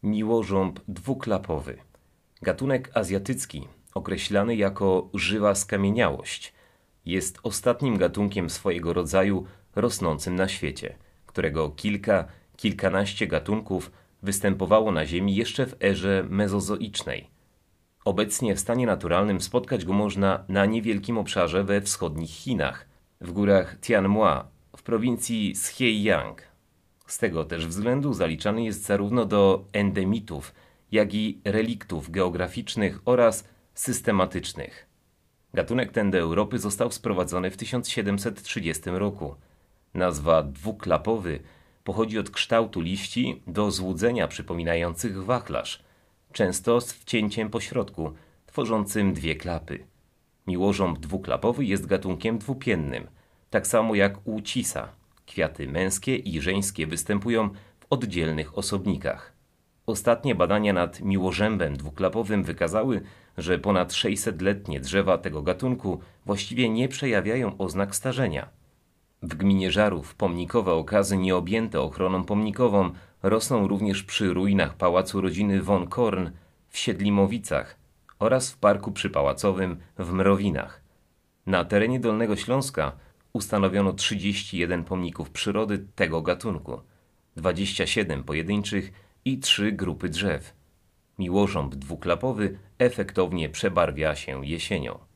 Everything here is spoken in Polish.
Miłożąb dwuklapowy. Gatunek azjatycki, określany jako żywa skamieniałość, jest ostatnim gatunkiem swojego rodzaju rosnącym na świecie, którego kilkanaście gatunków występowało na Ziemi jeszcze w erze mezozoicznej. Obecnie w stanie naturalnym spotkać go można na niewielkim obszarze we wschodnich Chinach, w górach Tianhua, w prowincji Zhejiang. Z tego też względu zaliczany jest zarówno do endemitów, jak i reliktów geograficznych oraz systematycznych. Gatunek ten do Europy został sprowadzony w 1730 roku. Nazwa dwuklapowy pochodzi od kształtu liści do złudzenia przypominających wachlarz, często z wcięciem po środku, tworzącym dwie klapy. Miłożąb dwuklapowy jest gatunkiem dwupiennym, tak samo jak łucisa. Kwiaty męskie i żeńskie występują w oddzielnych osobnikach. Ostatnie badania nad miłożębem dwuklapowym wykazały, że ponad 600-letnie drzewa tego gatunku właściwie nie przejawiają oznak starzenia. W gminie Żarów pomnikowe okazy nieobjęte ochroną pomnikową rosną również przy ruinach pałacu rodziny von Korn w Siedlimowicach oraz w parku przypałacowym w Mrowinach. Na terenie Dolnego Śląska ustanowiono 31 pomników przyrody tego gatunku, 27 pojedynczych i 3 grupy drzew. Miłożąb dwuklapowy efektownie przebarwia się jesienią.